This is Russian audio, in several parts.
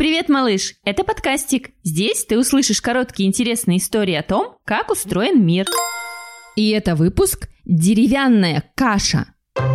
Привет, малыш! Это подкастик. Здесь ты услышишь короткие интересные истории о том, как устроен мир. И это выпуск «Деревянная каша».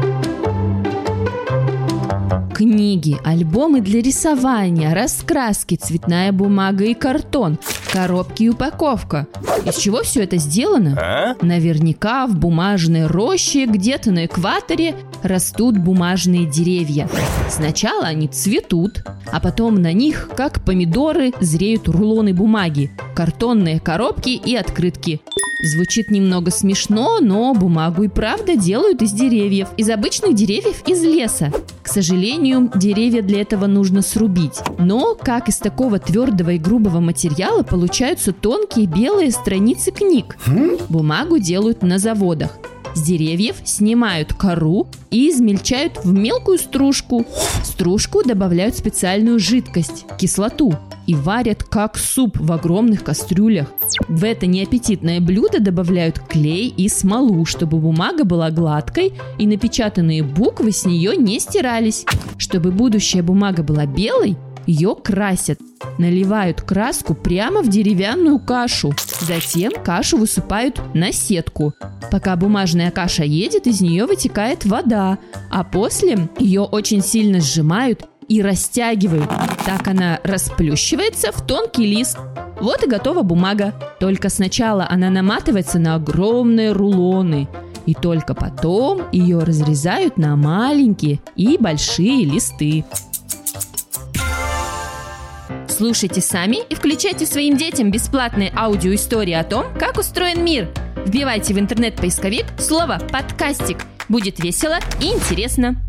Книги, альбомы для рисования, раскраски, цветная бумага и картон, коробки и упаковка. Из чего все это сделано? Наверняка в бумажной роще где-то на экваторе растут бумажные деревья. Сначала они цветут, а потом на них, как помидоры, зреют рулоны бумаги, картонные коробки и открытки. Звучит немного смешно, но бумагу и правда делают из деревьев. Из обычных деревьев из леса. К сожалению, деревья для этого нужно срубить. Но как из такого твердого и грубого материала получаются тонкие белые страницы книг? Бумагу делают на заводах. С деревьев снимают кору и измельчают в мелкую стружку. В стружку добавляют специальную жидкость – кислоту. И варят как суп в огромных кастрюлях. В это неаппетитное блюдо добавляют клей и смолу, чтобы бумага была гладкой и напечатанные буквы с нее не стирались. Чтобы будущая бумага была белой, ее красят. Наливают краску прямо в деревянную кашу. Затем кашу высыпают на сетку. Пока бумажная каша едет, из нее вытекает вода, а после ее очень сильно сжимают и растягивают. Так она расплющивается в тонкий лист. Вот и готова бумага. Только сначала она наматывается на огромные рулоны. И только потом ее разрезают на маленькие и большие листы. Слушайте сами и включайте своим детям бесплатные аудиоистории о том, как устроен мир. Вбивайте в интернет-поисковик слово «подкастик». Будет весело и интересно.